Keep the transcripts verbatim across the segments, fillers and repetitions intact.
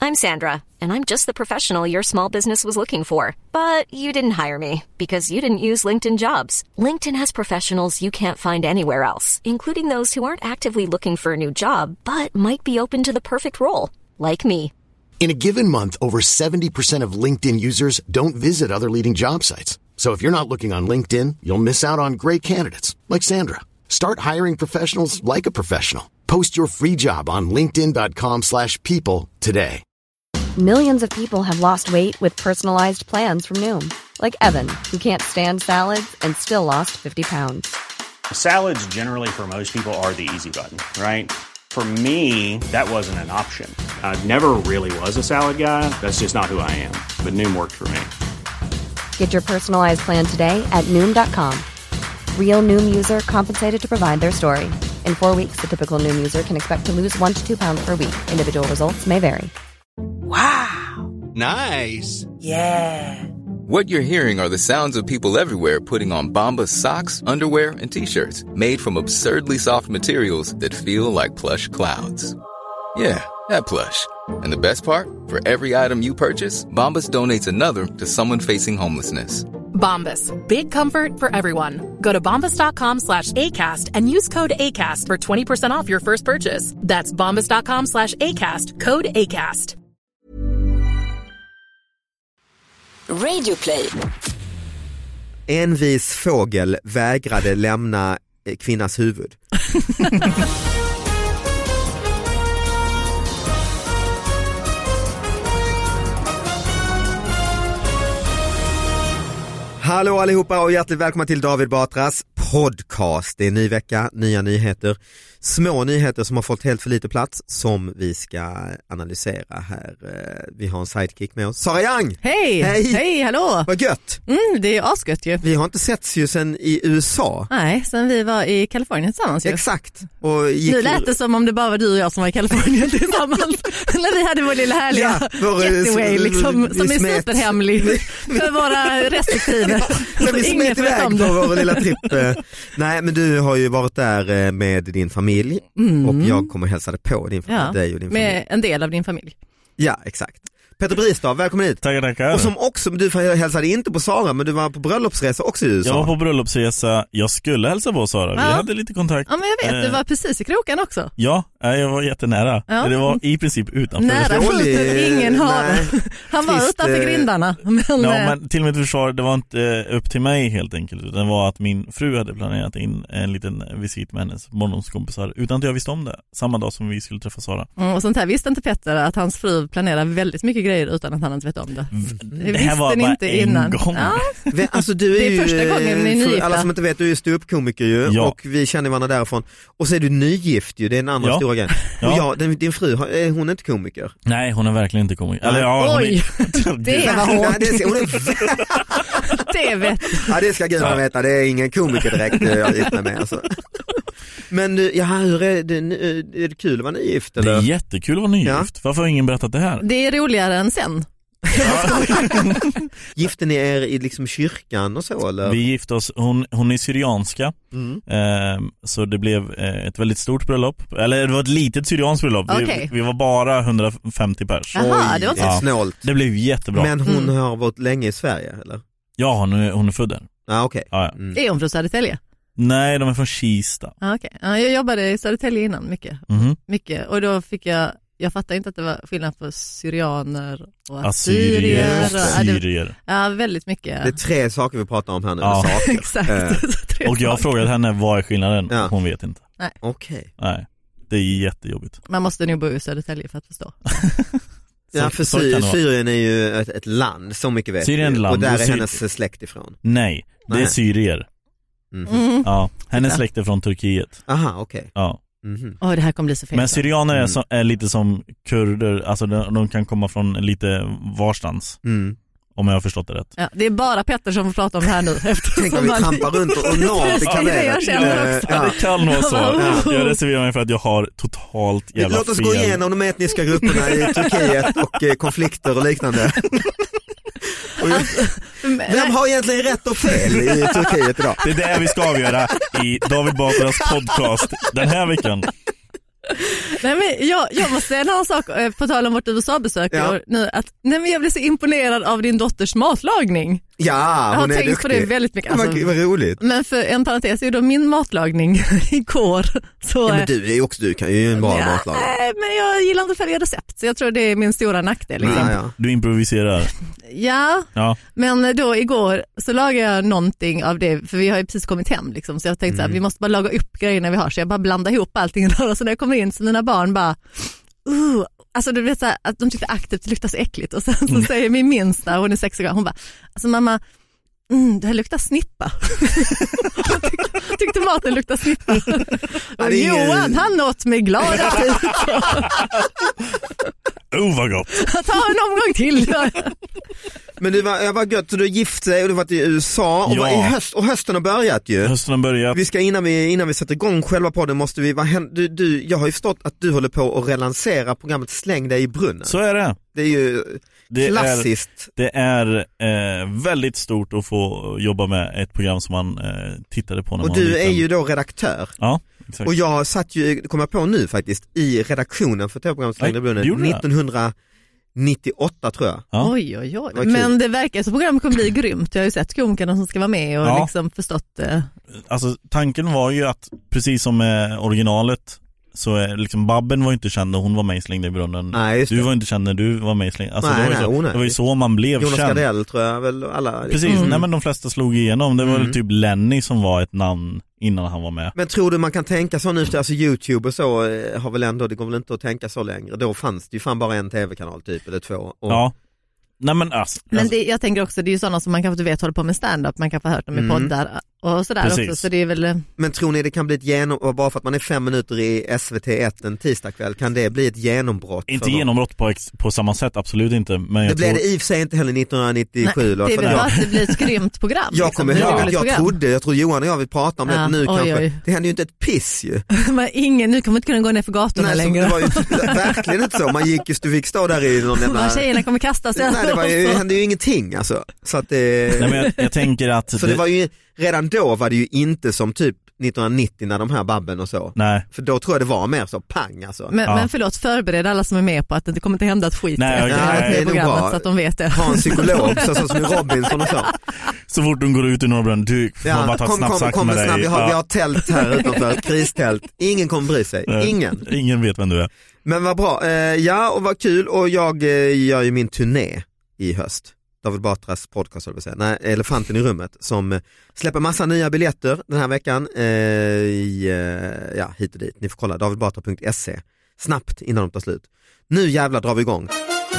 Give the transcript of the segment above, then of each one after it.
I'm Sandra, and I'm just the professional your small business was looking for. But you didn't hire me because you didn't use LinkedIn Jobs. LinkedIn has professionals you can't find anywhere else, including those who aren't actively looking for a new job, but might be open to the perfect role, like me. In a given month, over seventy percent of LinkedIn users don't visit other leading job sites. So if you're not looking on LinkedIn, you'll miss out on great candidates like Sandra. Start hiring professionals like a professional. Post your free job on linkedin dot com slash people today. Millions of people have lost weight with personalized plans from Noom. Like Evan, who can't stand salads and still lost fifty pounds. Salads generally for most people are the easy button, right? For me, that wasn't an option. I never really was a salad guy. That's just not who I am. But Noom worked for me. Get your personalized plan today at Noom dot com. Real Noom user compensated to provide their story. In four weeks, the typical Noom user can expect to lose one to two pounds per week. Individual results may vary. Wow. Nice. Yeah. What you're hearing are the sounds of people everywhere putting on Bombas socks, underwear, and T-shirts made from absurdly soft materials that feel like plush clouds. Yeah, that plush. And the best part? For every item you purchase, Bombas donates another to someone facing homelessness. Bombas, big comfort for everyone. Go to bombas dot com slash ACAST and use code ACAST for twenty percent off your first purchase. That's bombas dot com slash ACAST, code ACAST. Radio Play. En vis fågel vägrade lämna kvinnas huvud. Hallå allihopa och hjärtligt välkomna till David Batras podcast. Det är en ny vecka, nya nyheter. Små nyheter som har fått helt för lite plats som vi ska analysera här. Vi har en sidekick med oss. Sara Young! Hej! Hej! Hej, hallå! Vad gött! Mm, det är asgött ju. Vi har inte setts ju sen i U S A. Nej, sen vi var i Kalifornien tillsammans ju. Exakt. Och gick... Nu lät det som om det bara var du och jag som var i Kalifornien tillsammans. När vi hade vår lilla härliga ja, vår, getaway liksom, som är smet... superhemlig för våra respektive. Men vi smet iväg på vår lilla tripp. Nej, men du har ju varit där med din familj. Mm. Och jag kommer hälsade på din familj, ja, dig och din familj. Med en del av din familj. Ja, exakt. Peter Bristav, välkommen hit. Tackar, tackar. Och som också, du hälsade inte på Sara, men du var på bröllopsresa också i U S A. Jag var på bröllopsresa, jag skulle hälsa på Sara, ja. Vi hade lite kontakt. Ja, men jag vet, du var precis i kroken också. Ja, jag var jättenära. Ja. Det var i princip utanför. Nära foten, ingen har. Han var utanför grindarna. Men... Ja, men till mitt försvar, det var inte upp till mig helt enkelt. Det var att min fru hade planerat in en liten visit med hennes barndomskompisar utan att jag visste om det. Samma dag som vi skulle träffa Sara. Mm, och sånt här visste inte Petter, att hans fru planerar väldigt mycket grejer utan att han inte vet om det. Det, det här var bara inte en innan. gång. Ja. Alltså, du är, det är första ju, gången ni är nygifta. Alla som inte vet, du är ståuppkomiker ju, ja. Och vi känner varandra därifrån. Och så är du nygift ju, det är en annan ja. stora grej. Ja. Och ja, din, din fru, är hon inte komiker? Nej, hon är verkligen inte komiker. Eller, ja, Oj, är... det var hårt. Det, hon är... det vet ja, det ska gudarna veta, det är ingen komiker direkt jag gifter med alltså. Men ja, hur är det, är det kul att vara nygift? Eller? Det är jättekul att vara nygift. Ja. Varför har ingen berättat det här? Det är roligare än sen. Gifte ni er i liksom kyrkan och så eller? Vi gifte oss, hon, hon är syrianska mm. eh, så det blev eh, ett väldigt stort bröllop. Eller det var ett litet syrianskt bröllop. Okay. vi, vi var bara hundrafemtio pers. Jaha, det var ja, snålt. Det blev jättebra. Men hon mm. har varit länge i Sverige eller? Ja, hon är, hon är född där. Ah, okay. ja, ja. Mm. Är hon från Södertälje? Nej, de är från Kista. Ah, okay. Ja, jag jobbade i Södertälje innan mycket. Mm. mycket. Och då fick jag Jag fattar inte att det var skillnad på syrianer och assyrier. Assyrier. Ja, väldigt mycket. Det är tre saker vi pratar om här nu. Ja, saker. Exakt. Eh. Och jag har frågat henne vad är skillnaden. Ja. Hon vet inte. Nej. Okej. Okay. Nej, det är jättejobbigt. Man måste nog bo i Södertälje för att förstå. Ja, för Sy- Syrien är ju ett, ett land, så mycket vet Syrien vi. Land, och där är Syr- hennes släkt ifrån. Nej, det Nej. är syrier. Mm-hmm. Mm. Ja, hennes ja. släkt är från Turkiet. Aha, okej. Okay. Ja. Mm-hmm. Oh, det här kommer bli så fel. Men syrianer är, mm. så, är lite som kurder, alltså de, de kan komma från lite varstans. Mm. Om jag har förstått det rätt. Ja, det är bara Petter som får prata om det här nu. Tänk om vi man... trampar runt och något i kamelen. Ja, det kan vara så. Ja. Jag reserverar mig för att jag har totalt jävla fel. Låt oss gå igenom de etniska grupperna i Turkiet och eh, konflikter och liknande. Och jag... Vem har egentligen rätt och fel i Turkiet idag? Det är det vi ska avgöra i David Batras podcast den här veckan. Nej, men jag, jag måste säga en annan sak på tal om vårt U S A-besök. Ja. Nu, att, nej, men jag blev så imponerad av din dotters matlagning. Ja, hon jag har är tänkt duktig. på det väldigt mycket. Alltså, vad, vad roligt. Men för en parentes är då min matlagning igår. Så, ja, men du är också, du kan ju en bra ja, matlagning. Nej, men jag gillar inte att följa recept, så jag tror det är min stora nackdel. Liksom. Ja, ja. Du improviserar. Ja, ja, men då igår så lagade jag någonting av det, för vi har ju precis kommit hem liksom, så jag tänkte mm. att vi måste bara laga upp grejerna vi har, så jag bara blandade ihop allting där, och så när jag kommer in så mina barn bara uh, alltså du vet så här, att de tyckte aktivt det luktar så äckligt, och sen så mm. säger min minsta, hon är sex år, hon bara, alltså mamma, mm, det här luktar snippa. Jag tyckte, tyckte maten luktar snippa. Och Johan, han åt med glada typ. Oh, vad gott. Ta en omgång till. Men du var, jag var gött, så du gift dig och du var i U S A och, ja. var i höst, och hösten har börjat ju. Hösten har börjat. Vi ska innan vi, innan vi sätter igång själva podden måste vi, vad händer, du, du, jag har ju förstått att du håller på att relansera programmet Släng dig i brunnen. Så är det. Det är ju det klassiskt. Är, det är eh, väldigt stort att få jobba med ett program som man eh, tittade på när och man var du liten. är ju då redaktör. Ja, exakt. Och jag satt ju, kommer jag på nu faktiskt, i redaktionen för tv-programmet Släng dig i brunnen nittonhundranittioåtta tror jag. Ja. Oj, oj, oj. Men det verkar så programmet kommer bli grymt. Jag har ju sett komikerna som ska vara med och ja. liksom förstått det. Alltså tanken var ju att precis som med originalet så är liksom Babben var ju inte känd när hon var med i Släng dig i brunnen. Nej, just det. Du var inte känd när du var med i Släng. Alltså nej, det, var nej, så, nej. det var ju så man blev Jonas känd. Jonas Gardell tror jag väl alla. Precis, mm. nej men de flesta slog igenom. Det var mm. typ Lenny som var ett namn innan han var med. Men tror du man kan tänka så nu, alltså YouTube och så har väl ändå, det går väl inte att tänka så längre. Då fanns det ju fan bara en tv-kanal typ, eller två. Och... Ja. Nej, men alltså, men det, jag tänker också, det är ju sådana som man kanske vet håller på med stand-up, man kan få hört dem i mm. poddar och sådär precis. också, så det är väl... Men tror ni det kan bli ett genombrott, bara för att man är fem minuter i S V T ett en tisdagkväll, kan det bli ett genombrott? Inte genombrott på, på samma sätt, absolut inte. Men jag det blev tror... det i och för sig inte heller nittonhundranittiosju. Nej, det är väl bara att det blir ett grymt program. Jag kommer liksom. ihåg att jag program. trodde, jag tror Johan och jag vill prata om ja, det nu oj, kanske. Oj. Det händer ju inte ett piss ju. Men ingen, nu kommer inte kunna gå ner för gatorna nej, längre. Det var ju verkligen inte så. Man gick just, du fick stå där i någon jävla... Tjejerna kommer kasta sig. Nej, det, var ju, det hände ju ingenting alltså. Så att det... Nej, men jag, jag tänker att... Så det... det var ju, redan då var det ju inte som typ nittonhundranittio när de här Babben och så. Nej. För då tror jag det var mer så pang alltså. Men, ja. men förlåt, förbered alla som är med på att det inte kommer inte hända ett skit. Nej, okay. Nej, det är nog bra. Så att de vet det. Ha en psykolog så, så som Robinson och så. Så fort de går ut i Norrbrunn, du får ja, bara ta ett snabbt sagt med dig. Vi har, ja. vi har tält här utanför, ett kristält. Ingen kommer bry sig. Nej, ingen. Ingen vet vem du är. Men vad bra. Eh, ja, och vad kul. Och jag eh, gör ju min turné i höst. David Batras podcast, vill säga. Nej, Elefanten i rummet, som släpper massa nya biljetter den här veckan eh, i, eh, ja, hit och dit. Ni får kolla david batra punkt se snabbt innan de tar slut. Nu jävlar drar vi igång.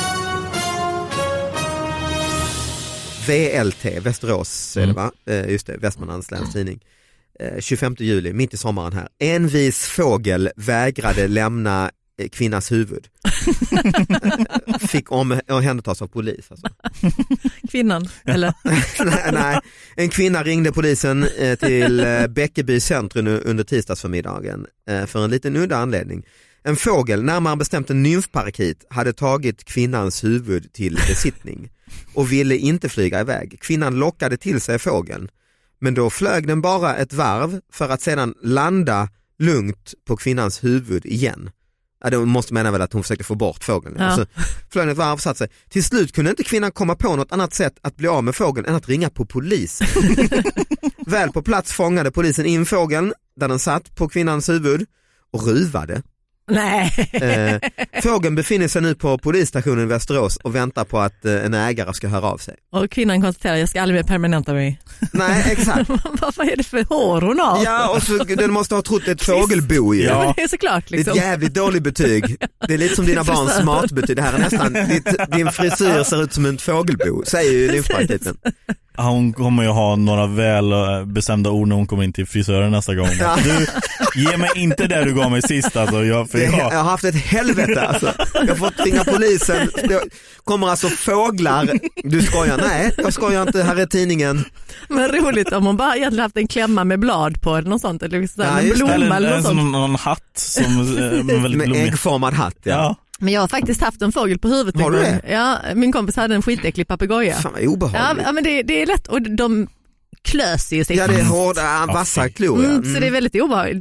V L T, Västerås mm. är det va? Eh, just det, Västmanlands läns tidning. Eh, tjugofemte juli, mitt i sommaren här. Envis fågel vägrade lämna kvinnas huvud. Fick omhändertas av polis alltså. Kvinnan, eller? nej, nej, en kvinna ringde polisen eh, till eh, Bäckeby centrum under tisdagsförmiddagen eh, för en liten udda anledning. En fågel, närmare bestämt en nymfparakit, hade tagit kvinnans huvud till besittning och ville inte flyga iväg. Kvinnan lockade till sig fågeln, men då flög den bara ett varv för att sedan landa lugnt på kvinnans huvud igen. Ja, då måste mena väl att hon försökte få bort fågeln. Ja. Alltså, flög ett varv, satt sig. Till slut kunde inte kvinnan komma på något annat sätt att bli av med fågeln än att ringa på polisen. Väl på plats fångade polisen in fågeln där den satt på kvinnans huvud och ruvade. Nej. Eh, fågeln befinner sig nu på polisstationen i Västerås och väntar på att eh, en ägare ska höra av sig. Och kvinnan konstaterar, jag ska aldrig mer permanenta mig. Nej, exakt. Vad är det för hår hon har? Ja, och så, den måste ha trott ett fågelbo ju. Ja, det är såklart liksom. Det är ett jävligt dåligt betyg. Det är lite som dina barns matbetyg. Det här är nästan, ditt, din frisyr ser ut som en fågelbo, säger ju nymfparakiten. Hon kommer ju ha några väl bestämda ord när hon kommer in till frisören nästa gång. Ja. Du, ge mig inte det du gav mig sist alltså. Jag, för jag... jag har haft ett helvete alltså. Jag har fått ringa polisen. Det kommer alltså fåglar. Du skojar? Nej, jag skojar inte. Här är tidningen. Men roligt om hon bara egentligen haft en klämma med blad på eller något sånt. Eller liksom ja, en blomma eller, eller något sånt. Någon, någon hatt som, med, väldigt med äggformad hatt, ja. ja. Men jag har faktiskt haft en fågel på huvudet. Har du det? Ja, min kompis hade en skitäcklig papegoja. Fan vad obehagligt. Ja, men det, det är lätt och de klös ju sig. Ja, det är hårda, vassa klor. Mm, så det är väldigt obehagligt. Det,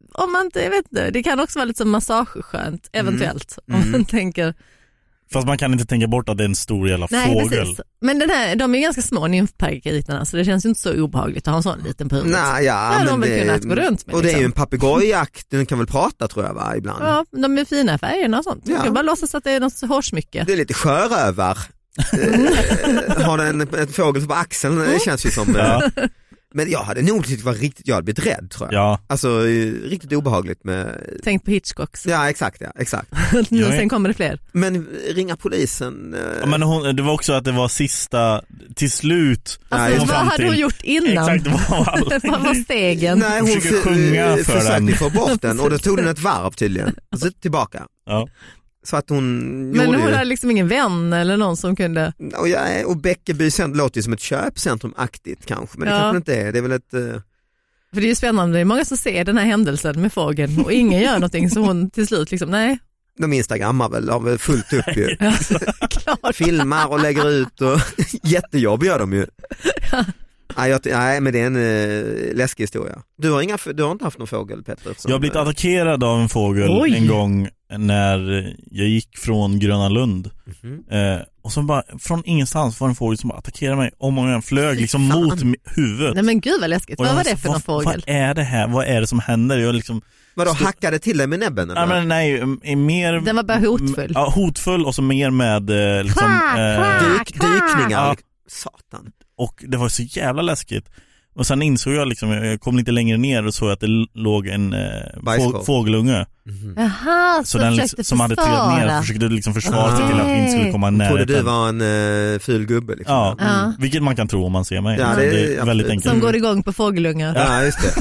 om man inte, jag vet inte, det kan också vara lite som massageskönt, eventuellt, mm. om man tänker. Fast man kan inte tänka bort att det är en stor jävla Nej, fågel. Precis. Men den här, de är ganska små nymfparkeriterna, så det känns ju inte så obehagligt att ha en sån liten på huvudet. Nej, ja, det men de väl det, kunnat gå runt med. Och det liksom. är ju en papegojjakt, den kan väl prata tror jag va, ibland. Ja, de är fina färgerna och sånt. Ja. Du kan bara låtsas att det är något hårsmycke. Det är lite sjörövar. Har den en, en fågel på axeln, det känns ju som... Ja. Men jag hade nog tyckt det var riktigt, jag hade blivit rädd tror jag. Ja. Alltså riktigt obehagligt med... Tänk på Hitchcocks. Ja exakt, ja, exakt. Sen kommer det fler. Men ringa polisen. Eh... Ja, men hon, det var också att det var sista, till slut. Alltså, vad hade till... hon gjort innan? Exakt, vad var allt. Vad var stegen? Nej, hon försökte sjunga för försökte den. få bort den och då tog den ett varv tydligen. Och så tillbaka. Ja. Så att hon Men hon ju... hade liksom ingen vän eller någon som kunde... Och, ja, och Bäckeby låter ju som ett köpcentrum-aktigt kanske, men det ja. kanske inte är. Det är väl ett... Uh... För det är ju spännande, det är många som ser den här händelsen med fågeln och ingen gör någonting så hon till slut liksom, nej. De instagrammar väl, har väl fullt upp ju. Ja, klart. Filmar och lägger ut och jättejobb gör de ju. Ja. Nej, jag, nej men det är en uh, läskig historia. Du har, inga, du har inte haft någon fågel, Petter? Som, jag har blivit attackerad av en fågel Oj. en gång när jag gick från Gröna Lund. Mm-hmm. eh, och så bara från ingenstans var en fågel som bara attackerade mig om och om flög liksom mot huvudet. Nej men gud vad läskigt, vad var det för vad, någon fågel? Vad är det här? Vad är det som händer? Jag liksom... Vadå, stod... hackade till dig med näbben? Nej, men nej, mer... Den var bara hotfull. Ja, hotfull och så mer med liksom... Kvak, kvak, eh... Dyk, dykningar. Ja. Satan. Och det var så jävla läskigt. Och sen insåg jag liksom, jag kom lite längre ner och såg att det låg en eh, få, fågelunge. Mm-hmm. Jaha, så, så den liksom, som hade trillat ner och försökte liksom försvara sig till att vi inte skulle komma nära. Trodde du var en uh, ful gubbe liksom. Ja, mm. vilket man kan tro om man ser mig. Ja, det, det är väldigt enkelt. Som går igång på fågelungar. Ja, just det.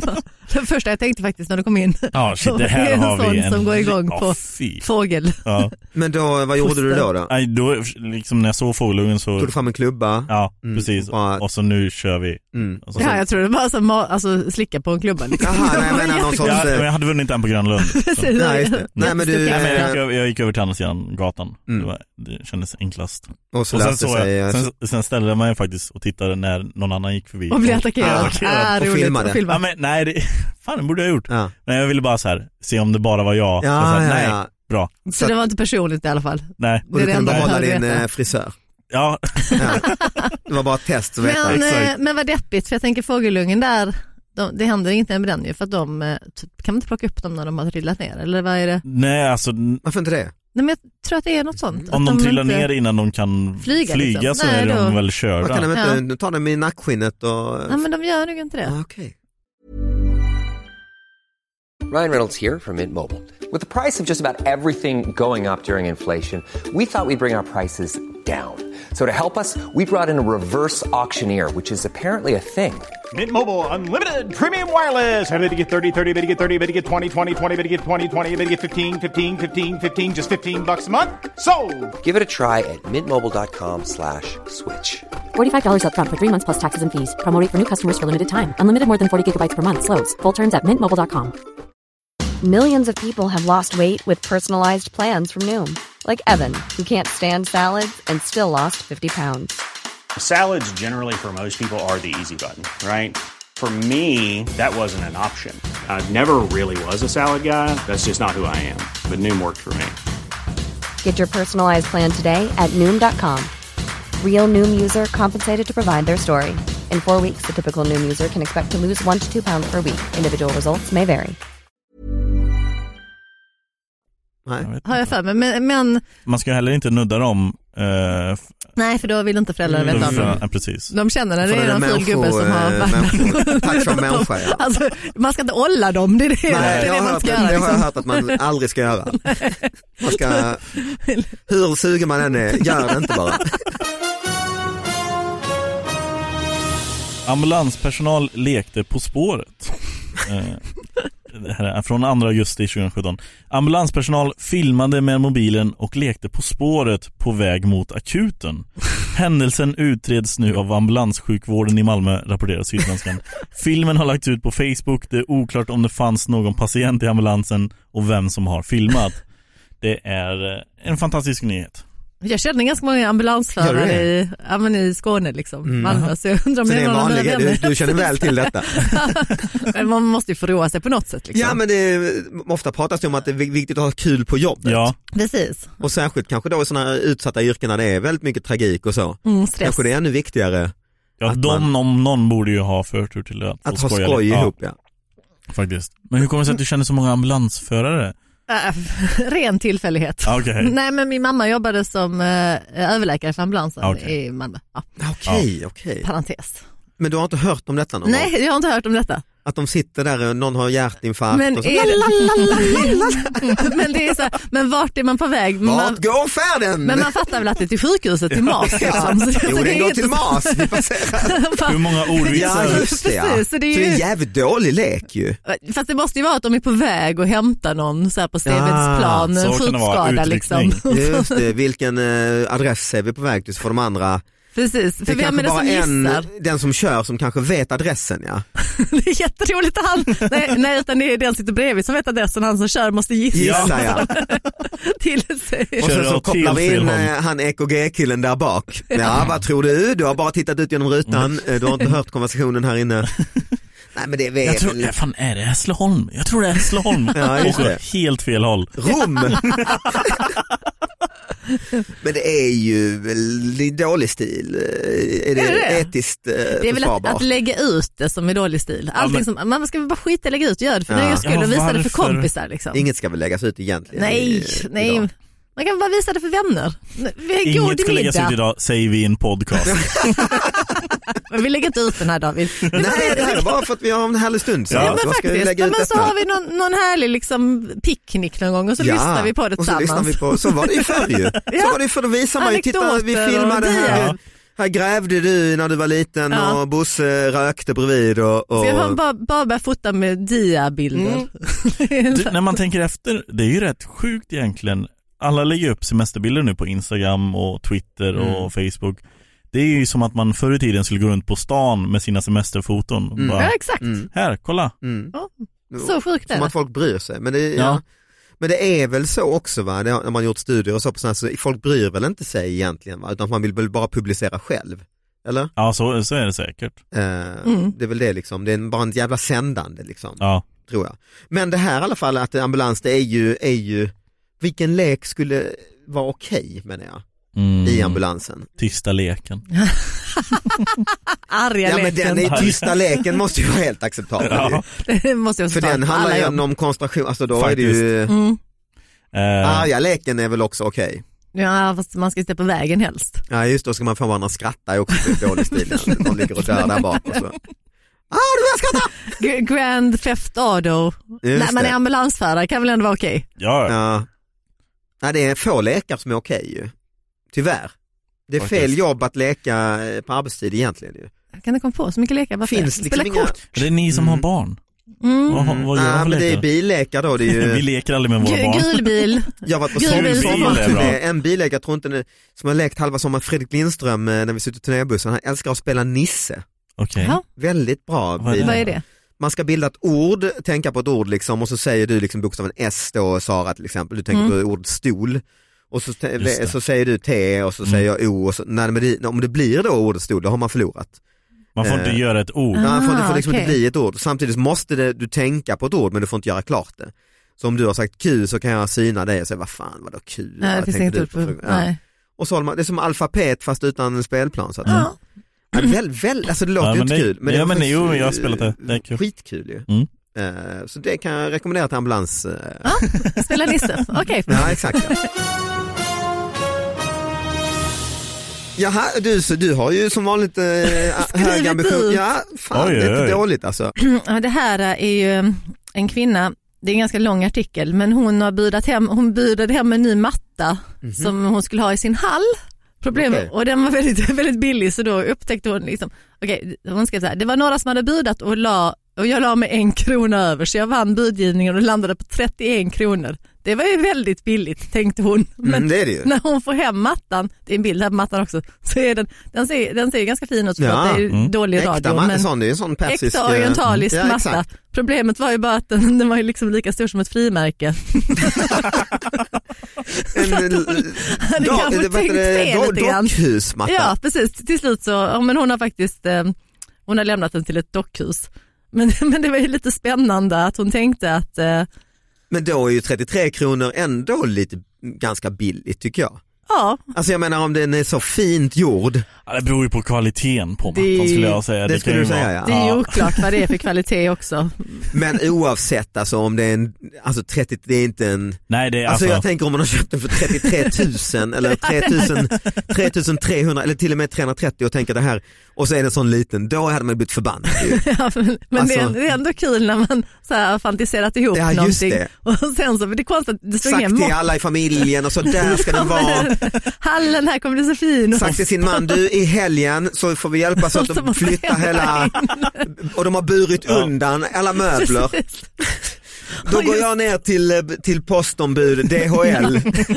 Det första jag tänkte faktiskt när du kom in. Ja, shit, det här det är en har sån vi en som går igång oh, på fy. fågel. Ja. Men då, vad gjorde du då då? Nej, då liksom när jag såg fågelungen så... Tog du fram en klubba? Ja, mm, precis. Bara... Och så nu kör vi. Mm. Och så, ja, jag tror det var som alltså, slicka på en klubba. Liksom. Jaha, nej, men någon sorts... ja, men jag hade vunnit en på Grönlund. Nej, just det. Nej, men du... Nej, men jag, gick över, jag gick över till andra sidan gatan. Mm. Det, var, det kändes enklast. Och, så och sen, så så jag, jag... sen, sen ställde jag mig faktiskt och tittade när någon annan gick förbi. Och blev attackerad. Och, ah, och filmade. Och filma. ja, men, nej, det, fan det borde jag ha gjort. Ja. Men jag ville bara så här, se om det bara var jag. Ja, så här, ja, nej, ja. Bra. Så, så det var inte personligt i alla fall? Nej. Och det du kunde behålla din veta. frisör? Ja. ja. Det var bara ett test att veta. Men, men vad deppigt, för jag tänker fågelungen där, de, det händer inte med den ju, för att de, typ, kan man inte plocka upp dem när de har trillat ner, eller vad är det? Nej, alltså... Varför inte det? Nej, men jag tror att det är något sånt. Om att de, de trillar inte... ner innan de kan flyga, flyga liksom. Så Nej, är de då... väl körda. Man kan de inte ja. ta dem i nackskinnet och... Ja, men de gör nog inte det. Ah, okej. Okay. Ryan Reynolds here from Mint Mobile. With the price of just about everything going up during inflation, we thought we'd bring our prices down. So to help us, we brought in a reverse auctioneer, which is apparently a thing. Mint Mobile Unlimited Premium Wireless. How to get thirty, thirty, how to get thirty, how to get twenty, twenty, twenty, how to get twenty, twenty, how to get fifteen, fifteen, fifteen, fifteen, just fifteen bucks a month? Sold! Give it a try at mintmobile.com slash switch. forty-five dollars up front for three months plus taxes and fees. Promo rate for new customers for limited time. Unlimited more than forty gigabytes per month. Slows full terms at mint mobile dot com. Millions of people have lost weight with personalized plans from Noom. Like Evan, who can't stand salads and still lost fifty pounds. Salads generally for most people are the easy button, right? For me, that wasn't an option. I never really was a salad guy. That's just not who I am. But Noom worked for me. Get your personalized plan today at Noom dot com. Real Noom user compensated to provide their story. In four weeks, the typical Noom user can expect to lose one to two pounds per week. Individual results may vary. Nej. Har jag för mig, men, men... Man ska heller inte nudda dem. Uh, Nej, för då vill inte föräldrarna veta om dem. Ja, precis. De känner när det är någon full gubbe som har varit. Tack för människa, ja. Alltså, man ska inte olla dem, det är det, Nej, det, är det man hört, ska det, göra. Det liksom. har jag hört att man aldrig ska göra. Man ska, hur suger man än är, gör det inte bara. Ambulanspersonal lekte På spåret. Det här är från andra augusti tjugosjutton. Ambulanspersonal filmade med mobilen och lekte På spåret på väg mot akuten. Händelsen utreds nu av ambulanssjukvården i Malmö, rapporterar Sydsvenskan. Filmen har lagts ut på Facebook. Det är oklart om det fanns någon patient i ambulansen och vem som har filmat. Det är en fantastisk nyhet. Jag känner ganska många ambulansförare i, ja, men i Skåne liksom. Mm. Malmö, så jag undrar om så det är någon vanliga, du, du känner väl till detta. Men man måste ju förråda sig på något sätt liksom. Ja, men det är, ofta pratas det om att det är viktigt att ha kul på jobbet. Ja. Precis. Och särskilt kanske då i sådana här utsatta yrken när det är väldigt mycket tragik och så. Mm, stress. Kanske det är ännu viktigare. Ja, att de man, om någon borde ju ha förtur till att, att få ha skoja skoj lite. ihop, ja. ja. Faktiskt. Men hur kommer det sig att du känner så många ambulansförare? Äh, ren tillfällighet. Okay. Nej, men min mamma jobbade som äh, överläkare för ambulansen okay. i Malmö. Ja. Okej, okay, okej. Okay. Parentes. Men du har inte hört om detta någon Nej, gång? jag har inte hört om detta. Att de sitter där och någon har hjärtinfarkt men och så. Det... men det är så här, men vart är man på väg? Vart man... går färden? Men man fattar väl att det är till sjukhuset, till Mas. Liksom. Så, jo, så det går är till Mas. Vi passerar. Hur många ordvitsar? Ja, just det. Ja. Precis, så det är ju... så det är en jävligt dålig lek ju. Fast det måste ju vara att de är på väg att hämta någon så här på Stevedsplan, ja, en skjutskada liksom. Just det, vilken eh, adress är vi på väg till, så får de andra. Precis, för det vem är det som gissar? En, den som kör som kanske vet adressen, ja. Det är jätteroligt att han, nej, nej utan det är den som sitter bredvid som vet adressen, han som kör måste gissa. Gissa, ja. Till sig. Och så, så kopplar vi in eh, han E K G-killen där bak. Ja, vad tror du? Du har bara tittat ut genom rutan, du har inte hört konversationen här inne. Nej, men det är jag tror, ja, fan är det Hässleholm? Jag tror det är Hässleholm. Ja, just det. Helt fel håll. Rom! Men det är ju väl dålig stil. Är det, är det? etiskt eh, Det är väl att, att lägga ut det som är dålig stil. Allting ja, men... som, man ska väl bara skita och lägga ut och göra det för ja. nöjes skull och visa varför? Det för kompisar. Liksom. Inget ska väl läggas ut egentligen. Nej, i, nej. Idag. Man kan bara visa det för vänner. Vi är Inget ska läggas ut idag, säger vi i en podcast. Men vi lägger inte ut den här, David. Nej, det här är bara för att vi har en härlig stund. Så, ja, men ska faktiskt. vi lägga ut ja, men så har vi någon, någon härlig liksom, picknick någon gång och så ja, lyssnar vi på det tillsammans. Och så, vi på, så var det ju förr ju. ja. Så var det för då visar man ju, titta, vi filmade här. Ja. Här grävde du när du var liten ja. och Bosse rökte bredvid. Och, och... Så jag har bara, bara börjat fota med diabilder. Mm. Du, när man tänker efter, det är ju rätt sjukt egentligen. Alla lägger upp semesterbilder nu på Instagram och Twitter och mm. Facebook. Det är ju som att man förr i tiden skulle gå runt på stan med sina semesterfoton. Mm. Bara, ja, exakt. Mm. Här, kolla. Mm. Ja, så sjukt är det. Som att folk bryr sig. Men det, ja. Ja. Men det är väl så också, va? Det, när man gjort studier och så på sådana, så folk bryr väl inte sig egentligen, va? Utan man vill väl bara publicera själv. Eller? Ja, så, så är det säkert. Eh, mm. Det är väl det liksom. Det är bara en jävla sändande liksom. Ja. Tror jag. Men det här i alla fall, att ambulans, det är ju, är ju vilken lek skulle vara okej, menar jag, mm. i ambulansen? Tysta leken. Arga ja, leken. men den är, tysta leken måste ju vara helt acceptabel. Ja. Det måste jag för den handlar ju om koncentration, alltså då faktiskt. Är det ju... Mm. Uh. Arga leken är väl också okej. Okay. Ja, fast man ska sitta på vägen helst. Ja, just då ska man få varandra att skratta också på dålig stil. De ligger och dör där bak och så. Ah, du vill skratta! Grand Theft Auto. När man är ambulansförare kan väl ändå vara okej? Okay. Ja. Ja. Nej, det är få lekar som är okej ju. Tyvärr. Det är faktiskt fel jobb att leka på arbetstid egentligen ju. Kan det komma på så mycket lekar? Varför? Finns liksom spela inga... kort? Det är ni som mm. har barn. Mm. Vad, vad gör ah, men det är billekar då. Det är ju... Vi leker aldrig med våra barn. Gul bil. Jag var på sommar. En billek, jag tror inte det, som har lekt halva sommar, Fredrik Lindström när vi sitter i turnébussen. Han älskar att spela Nisse. Okej. Okay. Väldigt bra. Vad är, vad är det? Man ska bilda ett ord, tänka på ett ord liksom, och så säger du liksom bokstaven S då, Sara till exempel. Du tänker mm. på ordet stol. Och så, te- så säger du T och så mm. säger jag O. Och så, nej, men det, om det blir då ordet stol, då har man förlorat. Man får eh, inte göra ett ord. Ah, man får, det får liksom okay. inte bli ett ord. Samtidigt måste det, du tänka på ett ord, men du får inte göra klart det. Så om du har sagt Q så kan jag syna det och säga, vad fan, vadå Q? Nej, det finns inte på, på, ja. nej. Och så man, det är som alfabet fast utan en spelplan. Så att, ja. Ja, väl, väl, alltså det låter ja, ju inte det, kul. Men ja, det men jo, jag har spelat det. Det är kul. Skitkul ju. Mm. Uh, så det kan jag rekommendera till ambulans. Uh. Ja, spela Nisse, okej. Okay. Ja, exakt. Ja. Jaha, du, så du har ju som vanligt eh, hög ambition. Ja, fan, oj, det är inte oj. dåligt alltså. Ja, det här är ju en kvinna, det är en ganska lång artikel, men hon har budat hem, hon budade hem en ny matta mm-hmm. som hon skulle ha i sin hall. Problemet, okay. Och den var väldigt, väldigt billig, så då upptäckte hon liksom, okej, okay, hon ska säga, det var några som hade budat och la, och jag la med en krona över, så jag vann budgivningen och landade på trettioen kronor. det var ju väldigt billigt, tänkte hon. Men mm, det är det ju. när hon får hem mattan, det är en bild här på mattan också, så är den, den ser, den ser ganska fin ut för ja, att det är mm. dålig äkta radio. Ma- men sån, det är en sån persisk, äkta orientalisk ja, matta. Problemet var ju bara att den, den var ju liksom lika stor som ett frimärke. en dockhusmatta. Ja, precis. Till slut så, ja, men hon har faktiskt eh, hon har lämnat den till ett dockhus. Men, men det var ju lite spännande att hon tänkte att... Eh, men då är ju trettiotre kronor ändå lite ganska billigt tycker jag. Ja. Alltså jag menar om den är så fint gjord. Ja, det beror ju på kvaliteten på mattan det, skulle jag säga. Det, det skulle du säga, ja. Det är ju oklart vad det är för kvalitet också. Men oavsett alltså om det är en, alltså trettio, det är inte en... Nej, det är alltså, alltså... jag tänker om man har köpt den för trettiotre tusen eller tre tusen trehundra eller till och med trehundratrettio och tänker det här och så är det en sån liten, då hade man blivit förbannad. Ja, men men alltså, det, är, det är ändå kul när man så här fantiserat ihop ja, någonting. Det. Och sen så, för det är konstigt att det står sagt ingen till alla i familjen och så där ska den vara. Hallen här kommer bli så fin. Sagt till sin man, du i helgen så får vi hjälpas åt att flytta hela och de har burit ja. undan alla möbler. Precis. Då går jag ner till, till postombud D H L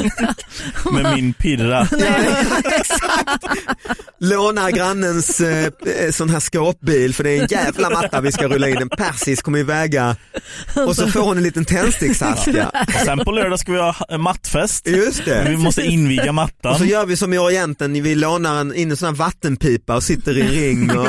med min pirra. Ja, exakt. Lånar grannens eh, sån här skåpbil för det är en jävla matta vi ska rulla in. En persisk kommer ju väga och så får hon en liten tändsticksaska. Ja. Och sen på lördag ska vi ha mattfest. Just det. Vi måste inviga mattan. Och så gör vi som i Orienten, vi lånar en, in en sån här vattenpipa och sitter i en ring och,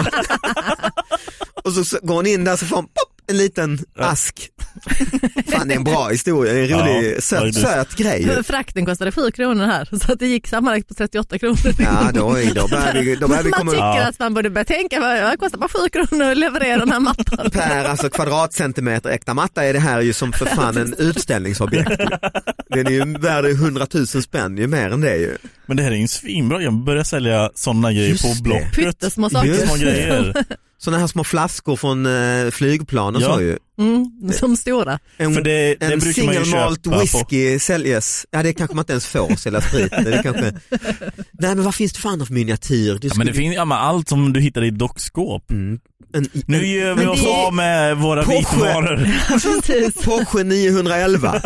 och så går hon in där så får hon pop, en liten ask. Fan, det är en bra historia, det är en rolig, ja, söt, söt grej. Frakten kostade sju kronor här, så att det gick sammanlagt på trettioåtta kronor. Ja, då, då börjar vi, då börjar vi komma... Man tycker ja. att man borde börja tänka, vad kostar bara sju kronor att leverera den här mattan? Per alltså kvadratcentimeter äkta matta är det här ju som för fan en utställningsobjekt. Den är ju värd hundratusen spänn, ju mer än det ju. Men det här är ju en svinbra, jag börjar sälja sådana grejer Just på det. Blocket. Pyttesmå saker. Små grejer. Sådana här små flaskor från eh, flygplan och ja. så ju. Mm, som stora. En, För det, det en brukar man ju single malt köpa whisky på... säljes. Ja, det kanske man inte ens får sälja sprit. Det kanske... Nej, men vad finns det för andra för miniatyr? Ja, men det finns ja, men allt som du hittar i dockskåp. Mm. En, nu en, gör vi oss det... av med våra vitvaror. Porsche niohundraelva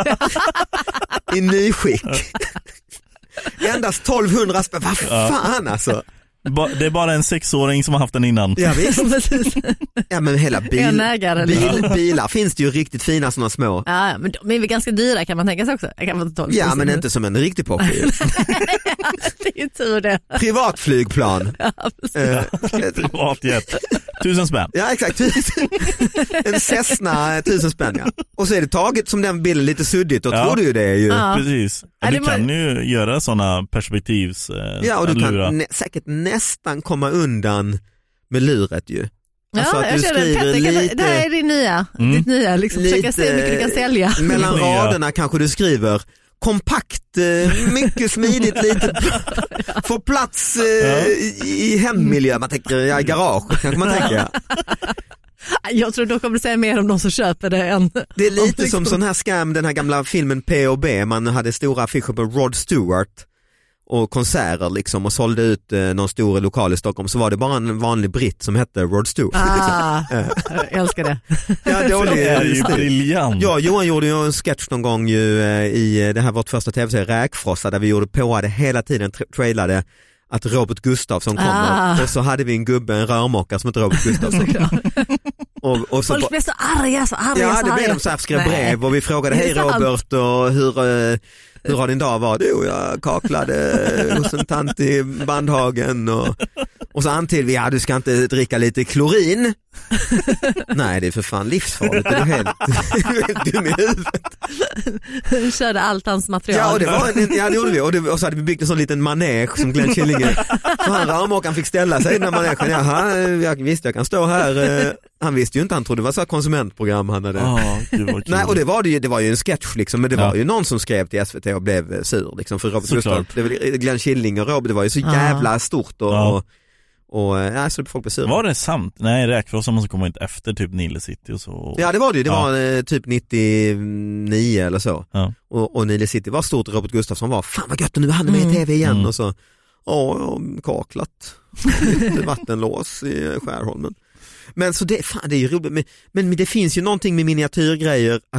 i nyskick. Endast tolvhundra spänn. Vad fan alltså. Det är bara en sexåring som har haft den innan. Ja, visst. Ja, men hela bil, bil, bilar finns det ju riktigt fina sådana små. Ja, men de är väl ganska dyra kan man tänka sig också. Jag kan få tolv ja, men inte som en riktig Porsche. Det är ju tur det. Privatflygplan. Ja, uh, privatjet. Tusen spänn. Ja, exakt. En Cessna, tusen spänn, ja. Och så är det taget som den bilden lite suddigt och ja. tror du ju det är ju. Ja. Precis. Ja, du kan ju göra sådana perspektivs eh, ja, och du lura. kan nä- säkert nästan komma undan med luret ju. Ja, alltså att jag du känner, skriver Petter, lite, det här är din nya, mm. ditt nya liksom, lite, försöka se hur mycket du kan sälja. Mellan raderna kanske du skriver kompakt, mycket smidigt, lite få plats eh, i hemmiljö, man tänker ja, i garage kanske man tänker. Jag tror då kommer du säga mer om de som köper det än... Det är lite som sån här scam, den här gamla filmen P och B, man hade stora affischer på Rod Stewart och konserter liksom och sålde ut eh, någon stor lokal i Stockholm, så var det bara en vanlig britt som hette Rod Stewart. Ah, jag älskar det. Ja, dålig, det är ju briljant. Ja, Johan gjorde ju en sketch någon gång ju, eh, i det här vårt första tv-serie Räkfrossa, där vi gjorde på det hela tiden, tra- trailade att Robert Gustafsson kommer ah. och så hade vi en gubbe, en rörmokare som heter Robert Gustafsson. och, och så folk blev så arga, så arga. Ja, så det arga. blev de så här, skrev brev och vi frågade hej Robert och hur, hur har din dag varit? Jo, jag kaklade hos en tant i Bandhagen och, och så antydde vi, ja du ska inte dricka lite klorin. Nej, det är för fan livsfarligt, det är helt, helt dum i huvudet. Körde allt hans material. Ja, och det var en, ja, det gjorde vi och, det, och så hade vi byggt en sån liten manege som Glenn Killinge. Så han rörmokaren fick ställa sig i den manegen. Jaha, jag visste jag kan stå här. Han visste ju inte, han trodde det var så konsumentprogram han hade. Oh, nej, och det var, det, ju, det var ju en sketch liksom, men det ja. var ju någon som skrev till S V T och blev sur liksom, för Robert Gustaf. Det var Glenn Killinge och Robert, det var ju så jävla stort och, ja. och Och ja, så folk blev sura. Var det sant? Nej, Räkfrossa måste komma inte efter typ Nile City och så. Ja, det var det ju. Det ja. var eh, typ nittionio eller så. Ja. Och, och Nile City var stort. Robert Gustafsson var, fan vad gött, nu är han med i tv igen. Mm. Och så, ja, kaklat. Vattenlås i Skärholmen. Men så det, fan, det är ju roligt. Men, men det finns ju någonting med miniatyrgrejer att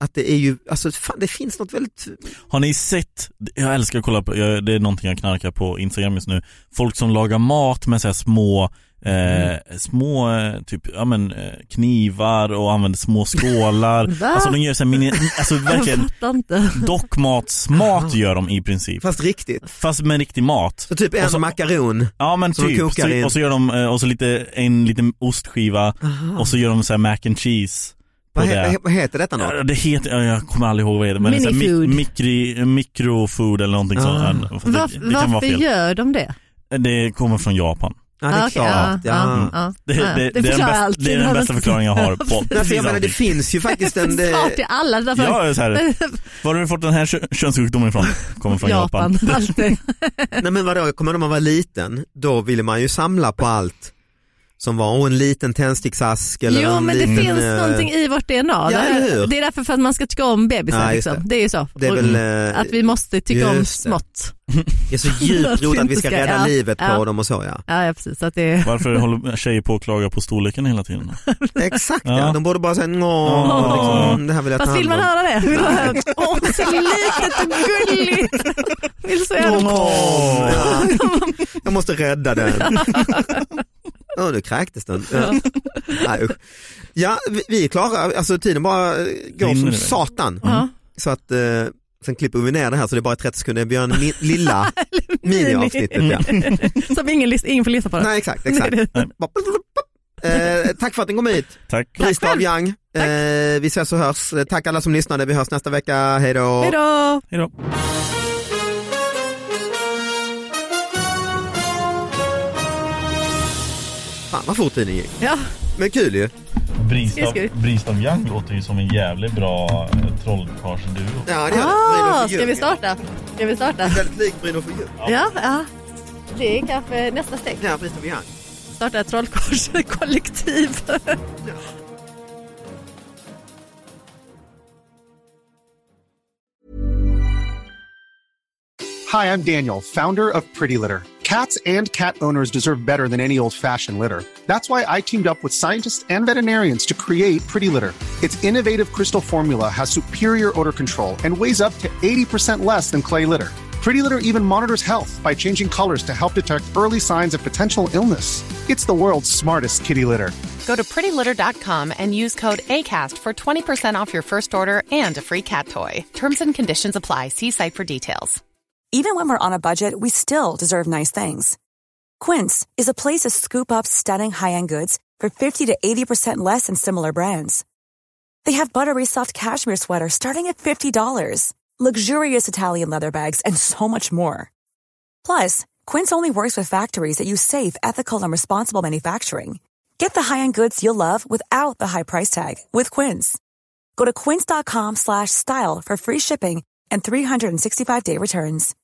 att det är ju, alltså fan, det finns något väldigt... Har ni sett, jag älskar att kolla på, jag, det är någonting jag knarkar på Instagram just nu, folk som lagar mat med så här små Eh, små typ ja men knivar och använder små skålar. Alltså de gör så här mini, alltså verkligen dockmatsmat gör de i princip. Fast riktigt. Fast med riktig mat. Så typ en så, makaron. Ja men typ så, och så gör de och så lite en liten ostskiva. Aha. Och så gör de så här mac and cheese. Vad, he, vad heter detta då? Ja, det heter, jag kommer aldrig ihåg vad det heter, men det är så här mikri, mikrofood eller någonting sånt. Det, det kan varför gör de det? Det kommer från Japan. Ja, det är okay, klart. Ja, ja. Mm. Ja. Det, det, det, det, är den bästa, det är den bästa förklaringen jag har på. Därför jag menar, det finns ju faktiskt en... Det... till alla, därför... Ja, så här. Var har du fått den här kö- könssjukdomen ifrån? Kommer från Japan. Japan. Alltid. Nej men vadå, jag kommer när man var liten, då ville man ju samla på allt. Som var en liten tändsticksask eller jo, en men liten, det finns äh... någonting i vårt D N A. Ja, det, det är därför för att man ska tycka om bebisar. Ja, liksom. det. det är ju så. Det är väl, äh... att vi måste tycka om smått. Det är så djupt roligt att vi ska rädda ja, livet på ja. dem och så, ja. Ja, ja precis. Så att det... Varför håller tjejer på att klaga på storleken hela tiden? Exakt, ja. ja. De borde bara säga, åh, oh. liksom, det här vill jag ta Fast vill man höra det? Vill man höra, åh, så litet och gulligt. Vill så gärna. Oh, ja. Jag måste rädda den. Åh, oh, nu kräktes den. Ja, Nej, ja vi, vi är klara. Alltså tiden bara går Rinner som det. Satan. Mm. Så att... Eh, sen klipper vi ner det här så det är bara trettio sekunder. Vi gör en mi- lilla mini-avsnittet. Ja. Som ingen, list, ingen får lista på det. Nej, exakt. exakt. eh, tack för att ni kom hit. Tack. Bristav Young. Eh, vi ses och hörs. Tack alla som lyssnade. Vi hörs nästa vecka. Hej då. Hej då. Hej då. Fan vad fort tiden gick. Ja. Men kul ju. Bristav, Bristav Young låter ju som en jävligt bra trollkarlsduo. Ja, det gör ah, det. Ska vi starta? Ska vi starta? Väldigt likt Brynolf och Djur. Ja, ja. Det är kanske nästa steg. Ja, Bristav Young. Starta ett trollkarlskollektiv. Ja. Hi, I'm Daniel, founder of Pretty Litter. Cats and cat owners deserve better than any old-fashioned litter. That's why I teamed up with scientists and veterinarians to create Pretty Litter. Its innovative crystal formula has superior odor control and weighs up to eighty percent less than clay litter. Pretty Litter even monitors health by changing colors to help detect early signs of potential illness. It's the world's smartest kitty litter. Go to pretty litter dot com and use code ACAST for twenty percent off your first order and a free cat toy. Terms and conditions apply. See site for details. Even when we're on a budget, we still deserve nice things. Quince is a place to scoop up stunning high-end goods for fifty to eighty percent less than similar brands. They have buttery soft cashmere sweaters starting at fifty dollars, luxurious Italian leather bags, and so much more. Plus, Quince only works with factories that use safe, ethical, and responsible manufacturing. Get the high-end goods you'll love without the high price tag with Quince. Go to quince dot com slash style for free shipping and three sixty-five day returns.